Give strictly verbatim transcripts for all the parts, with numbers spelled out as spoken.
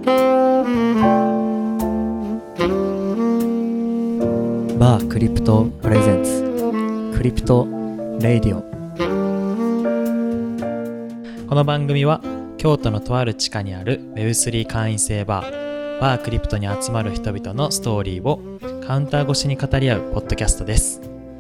バークリプトプレゼンツクリプトレイディオ。この番組は京都のとある地下にある ウェブスリー 会員制バーバークリプトに集まる人々のストーリーをカウンター越しに語り合うポッドキャストです。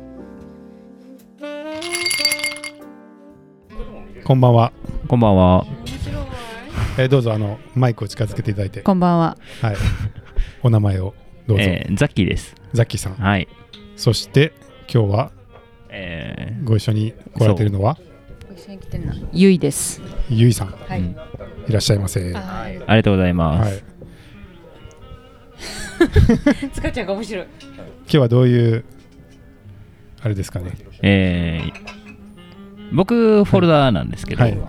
こんばんは。 こんばんは。 えー、どうぞあのマイクを近づけていただいて。 こんばんは。 はい。お名前をどうぞ。 えー、ザッキーです。 ザッキーさん。 はい。 そして今日は、 えー、 ご一緒に来られているのはご一緒に来てるのはゆいです。 ゆいさん。 はい。 いらっしゃいませ。 あありがとうございます。はい。 つかちゃんが面白い。 今日はどういうあれですかね。 えー、僕フォルダーなんですけど、はいうん、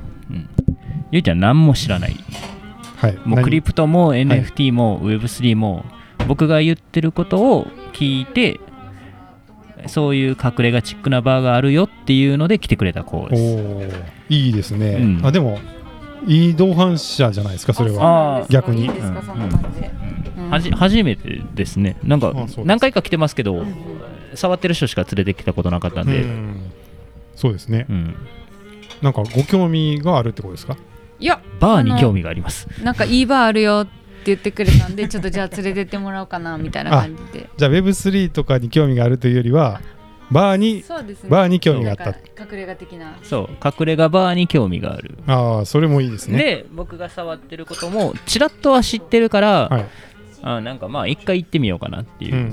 ゆいちゃん何も知らない。 はい。 もうクリプトも エヌエフティー も ウェブスリー も僕が言ってることを聞いて、そういう隠れ家チックなバーがあるよっていうので来てくれた子です。 おー、いいですね。うん、あでもいい同伴者じゃないですかそれは。あ逆に。いいですか、そんな感じで。 うん、はじ初めてですね。なんか何回か来てますけど、うん、触ってる人しか連れてきたことなかったんで。うん、 そうですね。うん、なんかご興味があるってことですか。 いやバーに興味があります。 なんかいいバーあるよって言ってくれたんでちょっとじゃあ連れてってもらおうかなみたいな感じで。 じゃあ ウェブスリー とかに興味があるというよりはバーに、 そうですね、 バーに興味があった。 隠れ家的な。 そう隠れ家バーに興味がある。 ああそれもいいですね。 で僕が触ってることもちらっとは知ってるから、はい、あなんかまあ一回行ってみようかなっていう、うんうん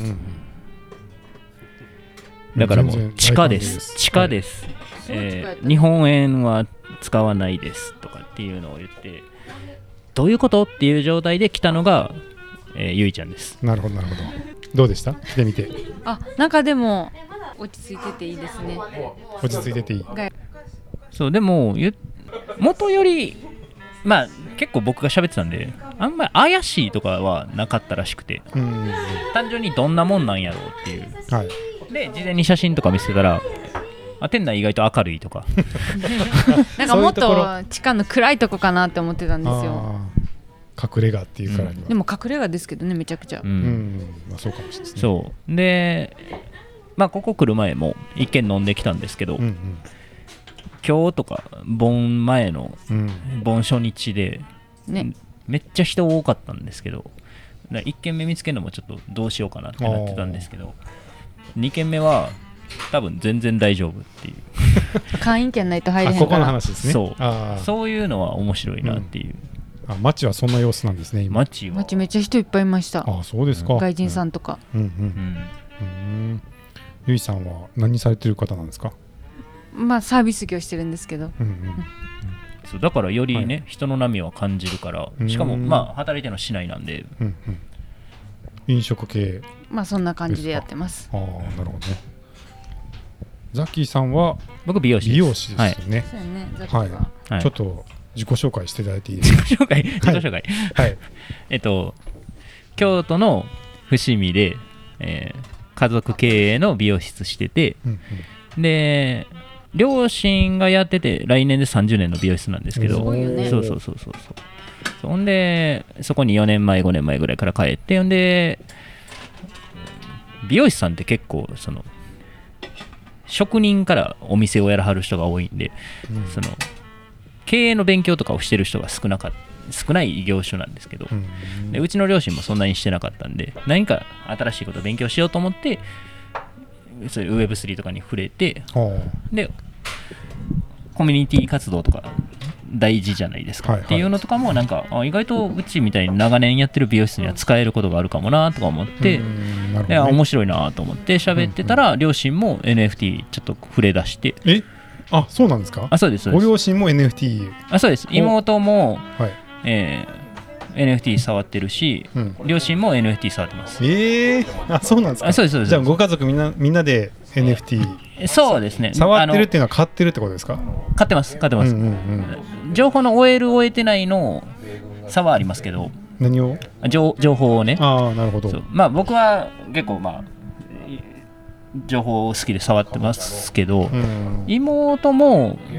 うん、だからもう地下です地下です、はいえー、日本円は使わないですとかっていうのを言ってどういうことっていう状態で来たのが、えー、ゆいちゃんです。なるほどなるほど。どうでした来てみて。 あなんかでも落ち着いてていいですね。 落ち着いてていい。 そうでも元よりまあ結構僕が喋ってたんであんまり怪しいとかはなかったらしくて、うん単純にどんなもんなんやろうっていう、はい、で事前に写真とか見せてたらあ店内意外と明るいとかなんかもっと地下の暗いとこかなって思ってたんですよ。 隠れ家っていうからには、 うん、でも隠れ家ですけどねめちゃくちゃ、うんうんまあ、そうかもしれないですね。 そうでまあここ来る前も一軒飲んできたんですけど、うんうん、今日とか盆前の盆初日で、ね、めっちゃ人多かったんですけど一軒目見つけるのもちょっとどうしようかなってなってたんですけどに軒目は多分全然大丈夫っていう会員権ないと入れへんから。 あここの話ですね。 そうあそういうのは面白いなっていう、 うん、あ街はそんな様子なんですね今。 街は街めっちゃ人いっぱいいました。 あそうですか。 外人さんとか、うんうんうんうんゆいさんは何されてる方なんですか。 まあサービス業してるんですけど、うんうん、 そうだからよりね、はい、人の波は感じるからしかもまあ働いてるの市内なんで、うんうん、 飲食系まあそんな感じでやってます。 ああなるほどね。ザッキーさんは僕美容師です。 美容師ですよね。 はい、そうやねザッキーは、 はい、ちょっと自己紹介していただいていいですか。 自己紹介自己紹介、はいはい、えっと京都の伏見で、えー家族経営の美容室してて、うんうん、で両親がやってて来年でさんじゅうねんの美容室なんですけど、ね、そうそうそうそうそうほんでそこによねんまえごねんまえぐらいから帰ってほんで美容師さんって結構その職人からお店をやらはる人が多いんで、うん、その経営の勉強とかをしてる人が少なかった少ない業種なんですけど、うん、でうちの両親もそんなにしてなかったんで何か新しいことを勉強しようと思ってそういう ウェブスリー とかに触れてでコミュニティ活動とか大事じゃないですか、はいはい、っていうのとかもなんかあ意外とうちみたいに長年やってる美容室には使えることがあるかもなとか思って、ね、で面白いなと思って喋ってたら、うんうん、両親も エヌエフティー ちょっと触れ出してえあそうなんですか。 あそうですそうです。 ご両親も エヌエフティーあそうです。妹も、はいえー、エヌエフティー 触ってるし、うん、両親も エヌエフティー 触ってます。 えー、あそうなんですか。 あそうですそうです。 じゃあご家族みんなみんなで エヌエフティーそうですね。 触ってるっていうのは買ってるってことですか。 買ってます買ってます、うんうんうん、情報の終える終えてないの差はありますけど。 何を情, 情報をね。 ああなるほど。 まあ僕は結構まあ情報好きで触ってますけど、うん、妹も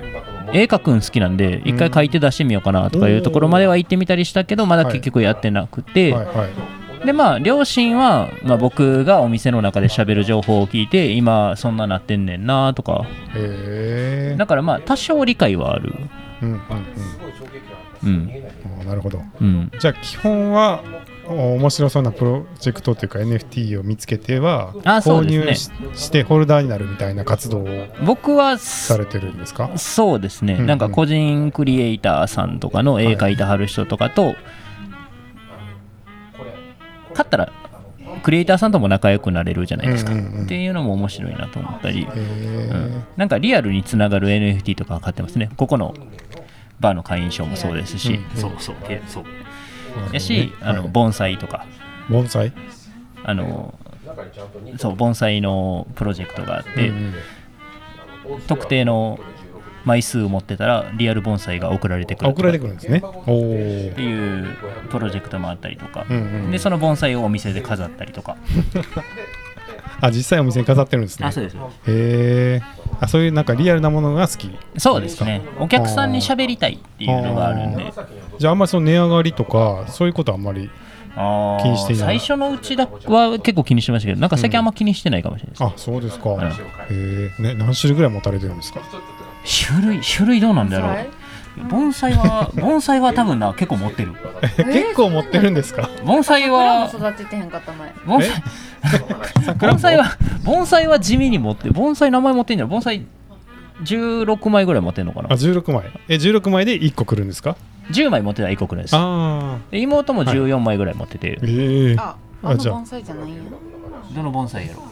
絵描くん好きなんで一回描いて出してみようかなとかいうところまでは行ってみたりしたけどまだ結局やってなくて、はいはいはい、でまあ両親は、まあ、僕がお店の中で喋る情報を聞いて今そんななってんねんなとか、 へだからまあ多少理解はある。 うんうんうん、うん、なるほど、 うん、 じゃあ基本は面白そうなプロジェクトというか エヌエフティー を見つけては購入 し,、ね、してホルダーになるみたいな活動を僕はされてるんですか？ そうですね、うんうん、なんか個人クリエイターさんとかの絵描いてはる人とかと、はい、買ったらクリエイターさんとも仲良くなれるじゃないですか、うんうんうん、っていうのも面白いなと思ったり、うん、なんかリアルにつながる エヌエフティー とか買ってますね。ここのバーの会員証もそうですし、うんうん、そうそうそうやし、あの盆栽とか盆栽あのそう盆栽のプロジェクトがあって、うんうん、特定の枚数を持ってたらリアル盆栽が送られてくる送られてくるんですね。おーっていうプロジェクトもあったりとか、うんうん、でその盆栽をお店で飾ったりとかあ実際お店に飾ってるんですね。 あそうです。 へーあそういうなんかリアルなものが好き。 そうですね。お客さんに喋りたいっていうのがあるんで。 じゃああんまりその値上がりとかそういうことはあんまり気にしていない。 最初のうちだは結構気にしてましたけどなんか最近あんま気にしてないかもしれないです、 うん、あそうですか、うん、へー、ね、何種類ぐらい持たれてるんですか？ 種類種類どうなんだろう。盆栽は盆栽は多分な結構持ってる結構持ってるんですか？ 盆栽は育ててへんかった前盆栽盆栽は盆栽は地味に持って盆栽名前持ってんじゃん。盆栽じゅうろくまいぐらい持ってんのかな。 あじゅうろくまいえじゅうろくまいでいっこ来るんですか？ じゅうまい持ってたらいっこ来るんです。 あで妹もじゅうよんまいぐらい持ってて、はい、 えー、 ああの盆栽じゃないんや。 どの盆栽やろ。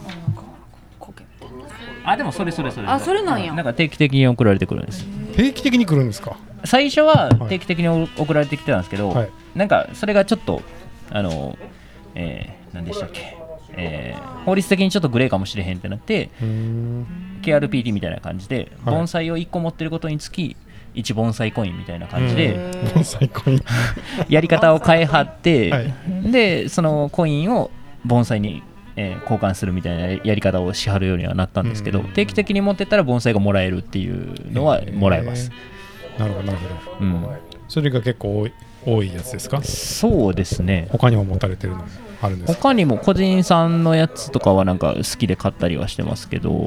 あでもそれそれそれあそれなんや。 なんか定期的に送られてくるんです。 定期的に来るんですか？ 最初は定期的に送られてきてたんですけど、はい、なんかそれがちょっとあの、えー、何でしたっけ、えー、法律的にちょっとグレーかもしれへんってなって ケーアールピーティー みたいな感じで、はい、盆栽をいっこ持ってることにつきいち盆栽コインみたいな感じで盆栽コインやり方を変えはって、はい、でそのコインを盆栽にえー、交換するみたいなやり方をしはるようにはなったんですけど、うん、定期的に持ってったら盆栽がもらえるっていうのはもらえます、 えー、なるほどなるほど、うん、それが結構多い、多いやつですか？ そうですね。 他にも持たれてるのもあるんですか？ 他にも個人さんのやつとかはなんか好きで買ったりはしてますけど、うん、うん、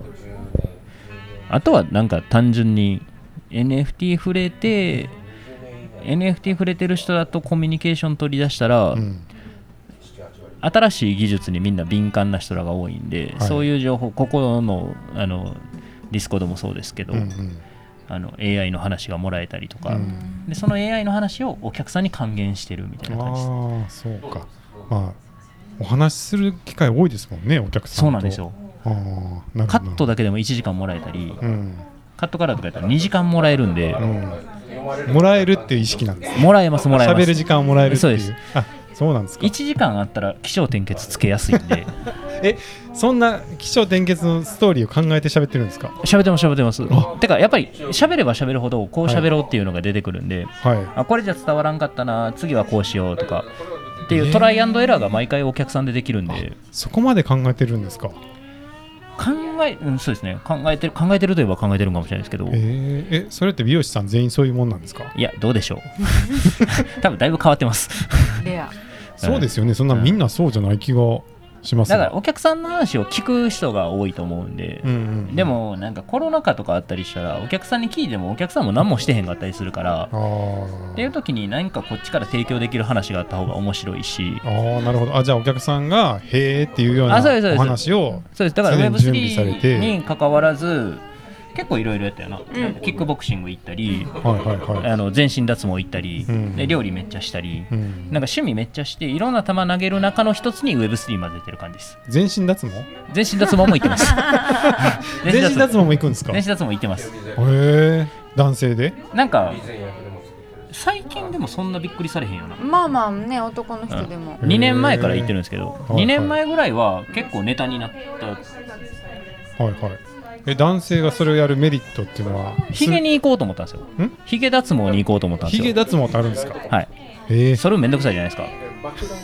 あとはなんか単純に エヌエフティー 触れて エヌエフティー 触れてる人だとコミュニケーション取り出したら、うん新しい技術にみんな敏感な人らが多いんで、はい、そういう情報ここ の, あのディスコードもそうですけど、うんうん、あの エーアイ の話がもらえたりとか、うん、でその エーアイ の話をお客さんに還元してるみたいな感じです。 ああそうか、まあ、お話しする機会多いですもんねお客さんと。 そうなんですよ。 あなカットだけでもいちじかんもらえたり、うん、カットカラーとかやったらにじかんもらえるんで、 うん、もらえるっていう意識なんですね。 もらえますもらえます。 喋る時間をもらえるっていう。 そうです。 あそうなんですか。 いちじかんあったら起承転結つけやすいんでえそんな起承転結のストーリーを考えて喋ってるんですか？ 喋ってます喋ってます。てかやっぱり喋れば喋るほどこう喋ろうっていうのが出てくるんで、はい、あこれじゃ伝わらんかったな次はこうしようとかっていうトライアンドエラーが毎回お客さんでできるんで、 そこまで考えてるんですか？ 考え、うん、そうですね考えてる考えてるといえば考えてるかもしれないですけど、 えー、えそれって美容師さん全員そういうもんなんですか？ いやどうでしょう多分だいぶ変わってますレアそうですよね。そんなみんなそうじゃない気がします、ね、 だからお客さんの話を聞く人が多いと思うんで、うんうんうん、でもなんかコロナ禍とかあったりしたらお客さんに聞いてもお客さんも何もしてへんかったりするからっていう時に何かこっちから提供できる話があった方が面白いし。 ああなるほど。あじゃあお客さんがへーっていうようなお話をそうです。だから ウェブスリー に関わらず結構いろいろやったよな、うん、キックボクシング行ったり、はいはいはい、あの全身脱毛行ったり、うん、で料理めっちゃしたり、うん、なんか趣味めっちゃしていろんな球投げる中の一つに ウェブスリー 混ぜてる感じです。 全身脱毛全身脱毛も行ってます全身脱毛も行くんですか？ 全身脱毛行ってます。 へー男性でなんか最近でもそんなびっくりされへんよな。 まあまあね男の人でも、 うん、にねんまえから行ってるんですけどにねんまえぐらいは結構ネタになった。 はいはい。え男性がそれをやるメリットっていうのはヒゲに行こうと思ったんですよ。ヒゲ脱毛に行こうと思ったんですよ。 ヒゲ脱毛ってあるんですか？ はい。えー、それめんどくさいじゃないですか。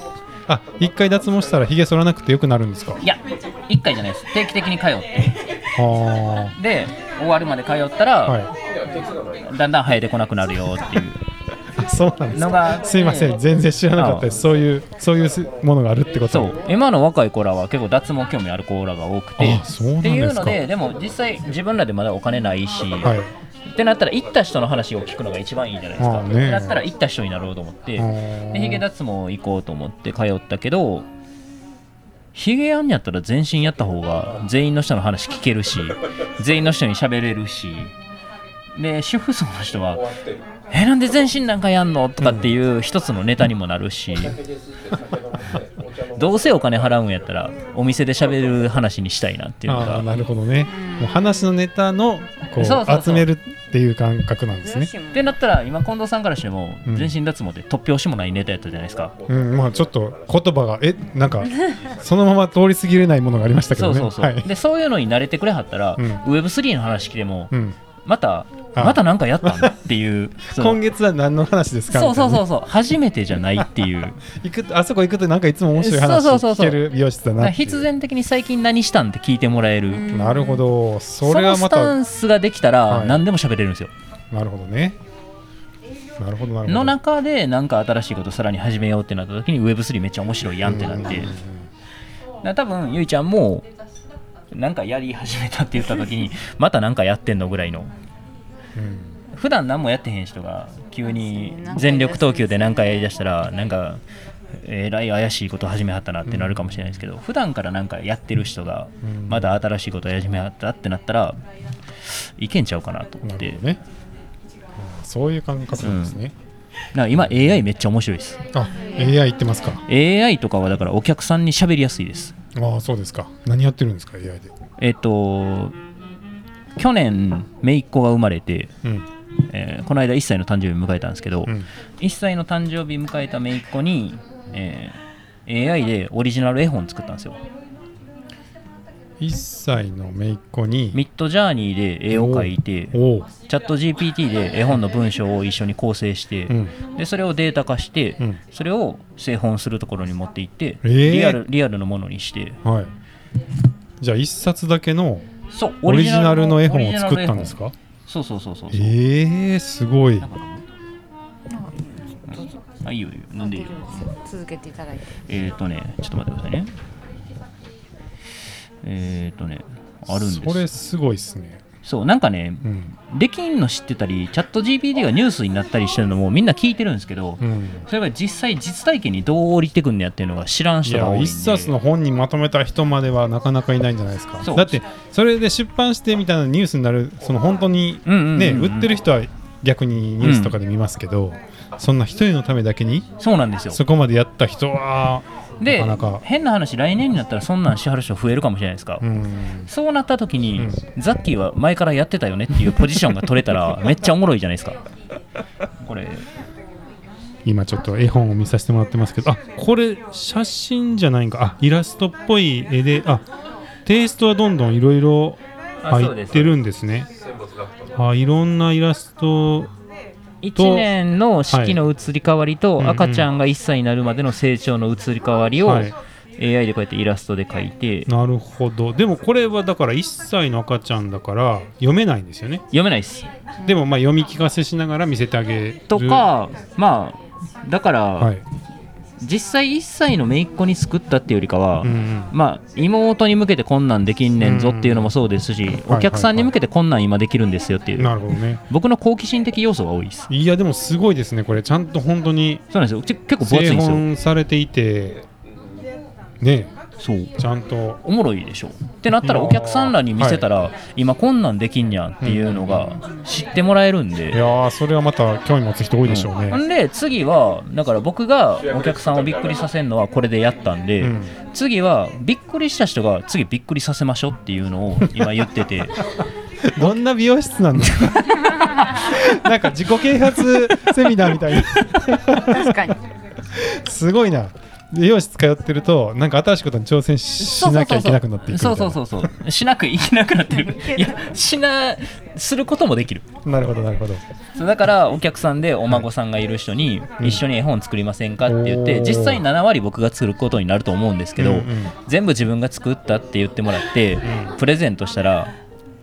あ一回脱毛したらヒゲ剃らなくてよくなるんですか？ いや一回じゃないです。定期的に通ってで終わるまで通ったら、はい、だんだん生えてこなくなるよっていうあそうなんですか。すいません全然知らなかったです。そういうそういうものがあるってこと。 そう今の若い子らは結構脱毛興味ある子らが多くて、 あそうなんですか。っていうのででも実際自分らでまだお金ないし、はい、ってなったら行った人の話を聞くのが一番いいじゃないですか。ね、ってなったら行った人になろうと思ってでヒゲ脱毛行こうと思って通ったけど、ヒゲやんやったら全身やった方が全員の人の話聞けるし全員の人に喋れるし、で主婦層の人はえなんで全身なんかやんのとかっていう一つのネタにもなるし、うん、どうせお金払うんやったらお店で喋る話にしたいなっていうのが。 あなるほどね。もう話のネタのこうそうそうそう集めるっていう感覚なんですね。 ってなったら今近藤さんからしても全身脱毛で突拍子もないネタやったじゃないですか。 うん、まあちょっと言葉がえなんかそのまま通り過ぎれないものがありましたけどね。 そうそうそう、はい、でそういうのに慣れてくれはったら、うん、ウェブスリー の話来ても、うんまたまた何かやったんだっていう今月は何の話ですか。 そうそうそうそう初めてじゃないっていう行くあそこ行くとなんかいつも面白い話聞ける美容室だなっていう。 必然的に最近何したんって聞いてもらえる。 なるほど。それはまたそのスタンスができたら何でも喋れるんですよ、 はい、なるほどね。なるほどなるほど。 の中で何か新しいことさらに始めようってなった時に ウェブスリー めっちゃ面白いやんってなって、だ多分ゆいちゃんもなんかやり始めたって言った時にまたなんかやってんのぐらいの、うん、普段何もやってへん人が急に全力投球で何かやりだしたらなんかえらい怪しいこと始めはったなってなるかもしれないですけど、うん、普段からなんかやってる人がまだ新しいことをやり始めはったってなったらいけんちゃうかなと思って。なるほどね。 そういう感覚なんですね、 うん、なんか今 エーアイ めっちゃ面白いです。 あ エーアイ 言ってますか。 エーアイ とかはだからお客さんに喋りやすいです。 ああそうですか。何やってるんですか エーアイ で。 えっと去年姪っ子が生まれて、うんえー、この間いっさいの誕生日迎えたんですけど、うん、いっさいの誕生日迎えた姪っ子に、えー、エーアイ でオリジナル絵本作ったんですよ。 いっさいの姪っ子にミッドジャーニーで絵を描いてチャット ジーピーティー で絵本の文章を一緒に構成して、うん、でそれをデータ化して、うん、それを製本するところに持っていって、えー、リアル、リアルのものにして、はい、じゃあいっさつだけのオリジナルの絵本を作ったんですか。 そうそうそうそう。 えーすごい。 あいいよいいよ飲んでいいよ。 続けていただいて。 えっ、ー、とねちょっと待ってくださいね。えっ、ー、とねあるんです。 それすごいっすね。 そうなんかね、うん、できんの知ってたりチャット ジーピーティー がニュースになったりしてるのもみんな聞いてるんですけど、うん、それが実際実体験にどう降りてくんのやっていうのが知らん人が多いんで。いや一冊の本にまとめた人まではなかなかいないんじゃないですか。だってそれで出版してみたいなニュースになるその本当にね売ってる人は逆にニュースとかで見ますけど、うん、そんな一人のためだけにそうなんですよ。 そこまでやった人はでなかなか変な話来年になったらそんなんしはる人増えるかもしれないですか。うんそうなった時に、うん、ザッキーは前からやってたよねっていうポジションが取れたらめっちゃおもろいじゃないですか。これ今ちょっと絵本を見させてもらってますけど、あこれ写真じゃないんか。あイラストっぽい絵で、あテイストはどんどんいろいろ入ってるんですね。あいろんなイラストいちねんの四季の移り変わりと、はい、赤ちゃんがいっさいになるまでの成長の移り変わりを、はい、エーアイ でこうやってイラストで描いて。 なるほど。でもこれはだからいっさいの赤ちゃんだから読めないんですよね。 読めないです。 でもまあ読み聞かせしながら見せてあげるとか、まあだから、はい、実際いっさいの姪っ子に作ったっていうよりかは、うんうん、まあ妹に向けてこんなんできんねんぞっていうのもそうですし、うんうん、お客さんに向けてこんなん今できるんですよっていう、 なるほどね、 僕の好奇心的要素が多いです。 いやでもすごいですね。これちゃんと本当にそうなんですよ。結構分厚いんですよ。 製本されていてね。 そうちゃんとおもろいでしょってなったらお客さんらに見せたら、はい、今こんなんできんやんっていうのが知ってもらえるんで、 いやそれはまた興味持つ人多いでしょうね。 うん、で次はだから僕がお客さんをびっくりさせるのはこれでやったんで、うん、次はびっくりした人が次びっくりさせましょうっていうのを今言っててどんな美容室なんですかなんか自己啓発セミナーみたいな確かにすごいな。美容室通ってるとなんか新しいことに挑戦 し, しなきゃいけなくなっていくみたいな。 そうそうそうそうしなくいけなくなってるいやしなすることもできる。 なるほどなるほど。 そうだからお客さんでお孫さんがいる人に一緒に絵本作りませんかって言って、うん、実際ななわり僕が作ることになると思うんですけど、うんうん、全部自分が作ったって言ってもらって、うん、プレゼントしたら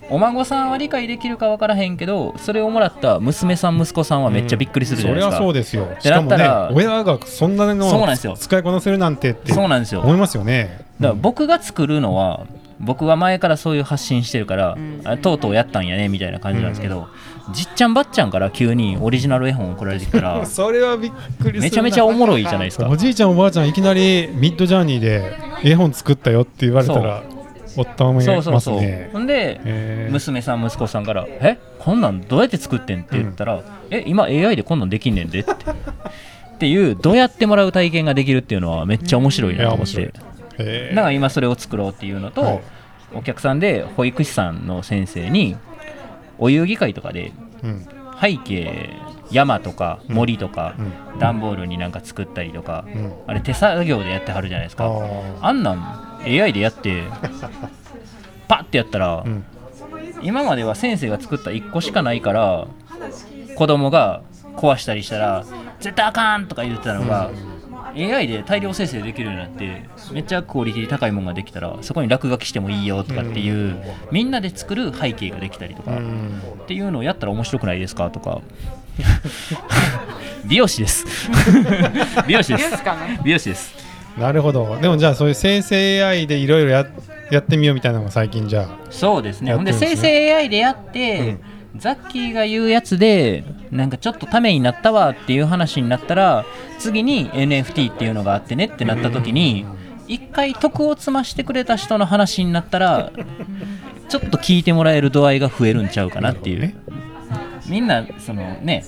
お孫さんは理解できるか分からへんけど、それをもらった娘さん息子さんはめっちゃびっくりするじゃないですか、 うん、それはそうですよ。 でしかもねだったら親がそんなのそうなんですよ使いこなせるなんてってそうなんですよ思いますよね。 だから僕が作るのは僕は前からそういう発信してるから、うん、あとうとうやったんやねみたいな感じなんですけど、うん、じっちゃんばっちゃんから急にオリジナル絵本送られてきたらそれはびっくりする。 めちゃめちゃおもろいじゃないですか。 おじいちゃんおばあちゃんいきなりミッドジャーニーで絵本作ったよって言われたらおったままやりますね。そうそうそうほんで娘さん息子さんからえこんなんどうやって作ってんって言ったら、うん、え今 エーアイ でこんなんできんねんでってっていうどうやってもらう体験ができるっていうのはめっちゃ面白いなと思って、だから今それを作ろうっていうのと、はい、お客さんで保育士さんの先生にお遊戯会とかで背景山とか森とか段ボールになんか作ったりとか、うん、あれ手作業でやってはるじゃないですか。 あ, あんなん エーアイ でやってパッてやったら、うん、今までは先生が作ったいっこしかないから子供が壊したりしたら絶対あかんとか言ってたのが、うん、エーアイ で大量生成できるようになってめっちゃクオリティ高いものができたらそこに落書きしてもいいよとかっていう、うん、みんなで作る背景ができたりとか、うん、っていうのをやったら面白くないですかとか美容師です美容師です美容師です。 なるほど。でもじゃあそういう生成 エーアイ でいろいろややってみようみたいなのが最近じゃあそうですね。ほんで生成 エーアイ でやって、うん、ザッキーが言うやつでなんかちょっとためになったわっていう話になったら次に エヌエフティー っていうのがあってねってなった時に一回徳を積ましてくれた人の話になったらちょっと聞いてもらえる度合いが増えるんちゃうかなっていう、みんなそのね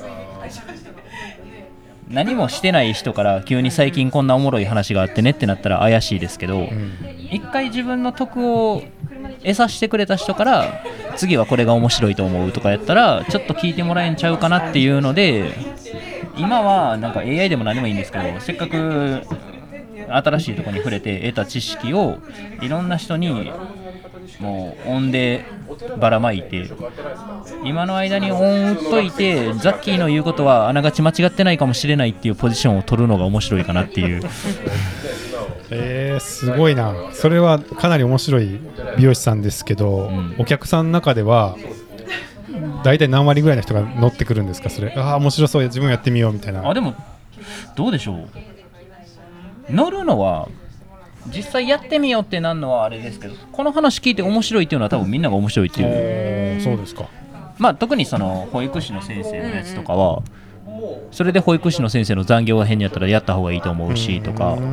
何もしてない人から急に最近こんなおもろい話があってねってなったら怪しいですけど、一回自分の徳を得させてくれた人から次はこれが面白いと思うとかやったらちょっと聞いてもらえんちゃうかなっていうので、今はなんか エーアイ でも何でもいいんですけどせっかく新しいところに触れて得た知識をいろんな人にもう音でばらまいて今の間に音打っといてザッキーの言うことはあながち間違ってないかもしれないっていうポジションを取るのが面白いかなっていうえー、すごいな。それはかなり面白い美容師さんですけど、うん、お客さんの中では大体何割ぐらいの人が乗ってくるんですか。それああ面白そう自分やってみようみたいな。 あでもどうでしょう。乗るのは実際やってみようってなるのはあれですけどこの話聞いて面白いっていうのは多分みんなが面白いっていう。 そうですか。 まあ特にその保育士の先生のやつとかはそれで保育士の先生の残業が変にやったらやった方がいいと思うしとか、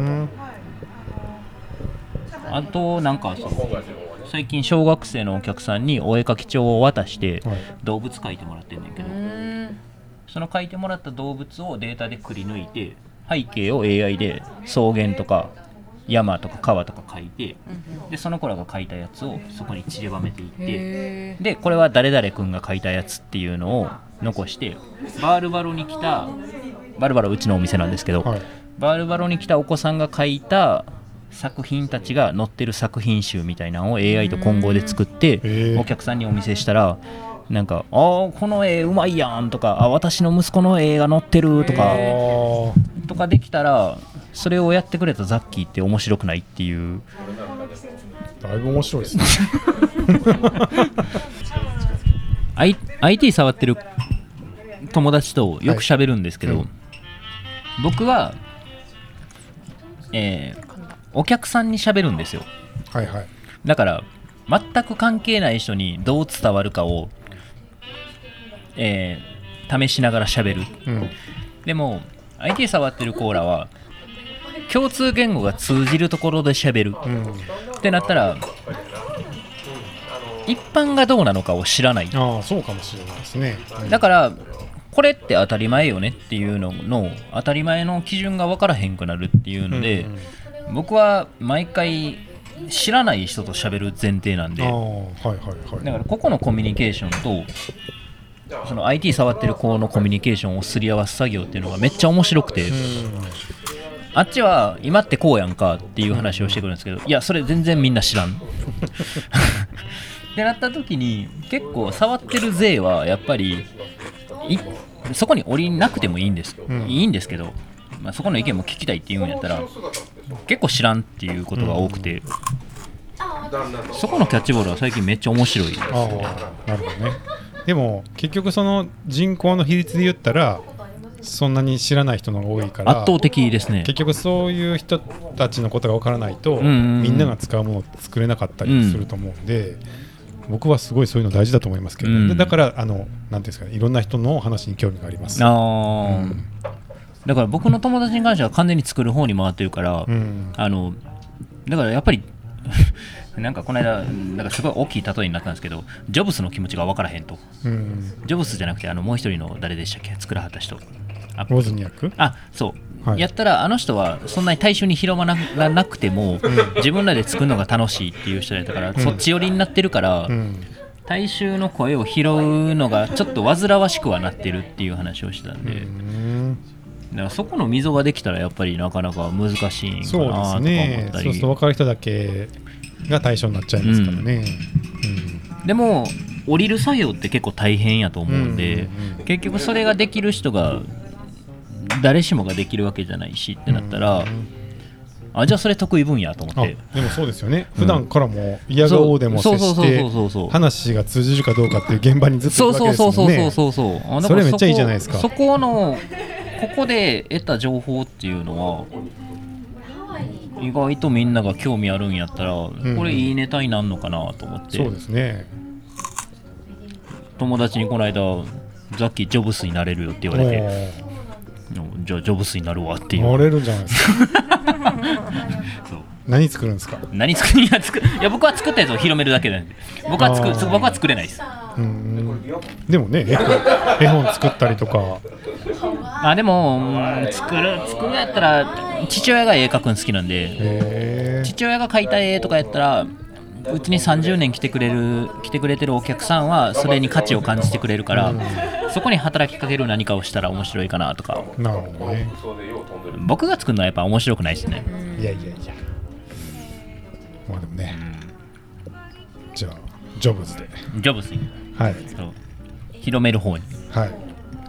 あとなんかその最近小学生のお客さんにお絵かき帳を渡して動物描いてもらってんねんけど、その描いてもらった動物をデータでくり抜いて背景を エーアイ で草原とか山とか川とか描いて、でその子らが描いたやつをそこに散りばめていって、でこれは誰々君が描いたやつっていうのを残して、バールバロに来たバルバロうちのお店なんですけど、はい、バールバロに来たお子さんが描いた作品たちが載ってる作品集みたいなのを エーアイ と混合で作ってお客さんにお見せしたら、なんかあーこの絵うまいやんとか、あ私の息子の絵が載ってるとかとかできたら、それをやってくれたザッキーって面白くないっていう。 だいぶ面白いですねアイティー 触ってる友達とよく喋るんですけど、はいうん、僕は、えー、お客さんに喋るんですよ、 はいはい、 だから全く関係ない人にどう伝わるかを、えー、試しながら喋る、うん、でも アイティー 触ってるコーラは共通言語が通じるところで喋る、うん、ってなったら一般がどうなのかを知らない。 ああそうかもしれないですね、 うん、だからこれって当たり前よねっていうのの当たり前の基準が分からへんくなるっていうので、うんうん、僕は毎回知らない人と喋る前提なんで、あ、はいはいはい、だからここのコミュニケーションとその アイティー 触ってる子のコミュニケーションをすり合わす作業っていうのがめっちゃ面白くて、うん、あっちは今ってこうやんかっていう話をしてくるんですけど、いやそれ全然みんな知らんってなった時に結構触ってる勢はやっぱりいそこに降りなくてもいいんです、うん、いいんですけど、まあ、そこの意見も聞きたいっていうんやったら結構知らんっていうことが多くて、 そこのキャッチボールは最近めっちゃ面白いです。 ああ、なるほどね。でも結局その人口の比率で言ったらそんなに知らない人の方が多いから圧倒的ですね。 結局そういう人たちのことが分からないと、 うんうんうん、 みんなが使うものを作れなかったりすると思うんで、うん、僕はすごいそういうの大事だと思いますけど、ね、うん、だからあのなんていうんですかね、いろんな人の話に興味があります。 あ、うん、だから僕の友達に関しては完全に作る方に回ってるから、うん、あのだからやっぱりなんかこの間なんかすごい大きい例えになったんですけど、ジョブスの気持ちが分からへんと、うん、ジョブスじゃなくてあのもう一人の誰でしたっけ、作らはった人、 ウォズニアク、 あ、そう、はい、やったらあの人はそんなに大衆に広まらなくても、うん、自分らで作るのが楽しいっていう人だったから、うん、そっち寄りになってるから、うん、大衆の声を拾うのがちょっと煩わしくはなってるっていう話をしたんで、うん、だからそこの溝ができたらやっぱりなかなか難しいんかなとか思ったり。 そうですね、そうすると分かる人だけが対象になっちゃいますからね、うんうん、 でも降りる作業って結構大変やと思うんで、うんうんうん、結局それができる人が誰しもができるわけじゃないしってなったら、うんうん、あ、じゃあそれ得意分野と思って。 でもそうですよね、普段からも嫌顔でも接して話が通じるかどうかっていう現場にずっといるわけですもんね。 そうそうそうそうそう、 それめっちゃいいじゃないですか。 そこのここで得た情報っていうのは意外とみんなが興味あるんやったら、うん、これいいネタになるのかなと思って。 そうですね。 友達にこの間ザッキージョブスになれるよって言われて、じゃあジョブスになるわっていう。 なれるんじゃないですか。そう、何作るんですか。 何作るんや、作いや僕は作ったやつを広めるだけなんで、僕は作僕は作れないです。 うん、でもね、絵本、絵本作ったりとか。 あ、でも、うん、作る作るやったら父親が絵描くの好きなんで、父親が描いた絵とかやったらうちにさんじゅうねん来てくれる来てくれてるお客さんはそれに価値を感じてくれるから、うん、そこに働きかける何かをしたら面白いかなとか。 なるほどね。 僕が作るのはやっぱ面白くないですね。 いやいやいや、まあでもね、うん、じゃあジョブズでジョブズに、 はい、 そう広める方に、 はい、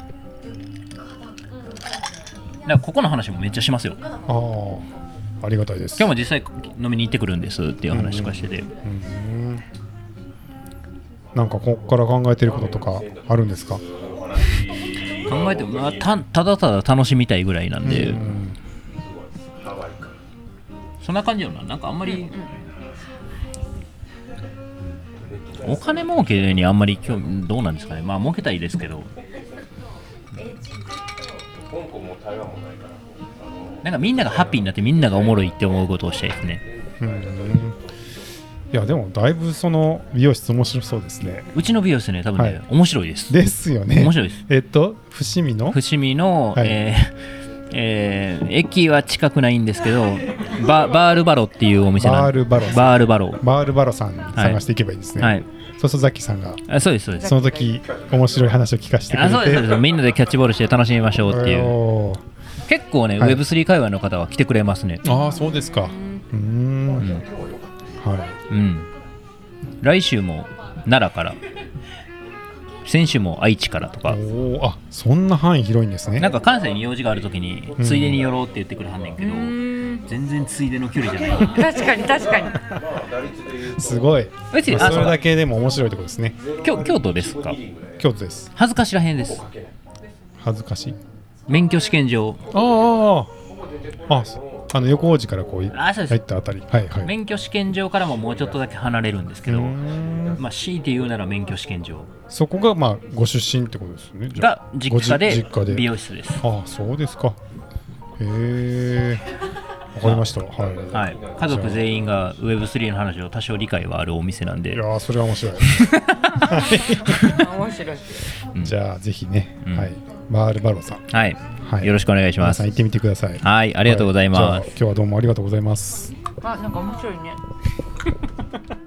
だからここの話もめっちゃしますよ。 ああ、ありがたいです。 今日も実際飲みに行ってくるんですっていう話とかしてて、うんうん、なんかここから考えてることとかあるんですか。 考えても、まあ、た, ただただ楽しみたいぐらいなんで、うん、そんな感じよな。なんかあんまりお金儲けにあんまり興味どうなんですかね。まあ儲けたいですけど、なんかみんながハッピーになってみんながおもろいって思うことをしたいですね。うん、 いやでもだいぶその美容室面白そうですね。 うちの美容室ね、多分ね、はい、面白いですですよね。 面白いです。 えっと伏見の伏見の、はい、えーえー、駅は近くないんですけどバ, バールバロっていうお店なんで、バールバロバールバロバールバロさん探していけばいいですね。はい、はい、そうそう、ザッキーさんがあそうですそうです、 その時面白い話を聞かせてくれて、あそうですそうです、みんなでキャッチボールして楽しみましょうっていう結構ね、はい、ウェブスリー 界隈の方は来てくれますね。 ああ、そうですか。うーん、うん、はい、 うん、来週も奈良から、先週も愛知からとか。 おあ、そんな範囲広いんですね。 なんか関西に用事があるときについでに寄ろうって言ってくるはんねんけど、うん、全然ついでの距離じゃない。 確かに確かにすごい。それだけでも面白いところですね。 京, 京都ですか。 京都です。 恥ずかしらへんです。 恥ずかしい免許試験場。 ああああの横王子からこう入ったあたり、はいはい、 免許試験場からももうちょっとだけ離れるんですけど、まあ、強いて言うなら免許試験場、 そこがまあご出身ってことですね。 が実家で美容室です。 ああ、そうですか。へえ、わかりました。はい、 はい、家族全員が ウェブスリー の話を多少理解はあるお店なんで。 いや、それは面白い。 面白い。 じゃあぜひね、うん、はい、バールバロさん、 はい、はい、よろしくお願いします。 皆さん行ってみてください。 はい、ありがとうございます。 はい、じゃあ今日はどうもありがとうございます。 あ、なんか面白いね。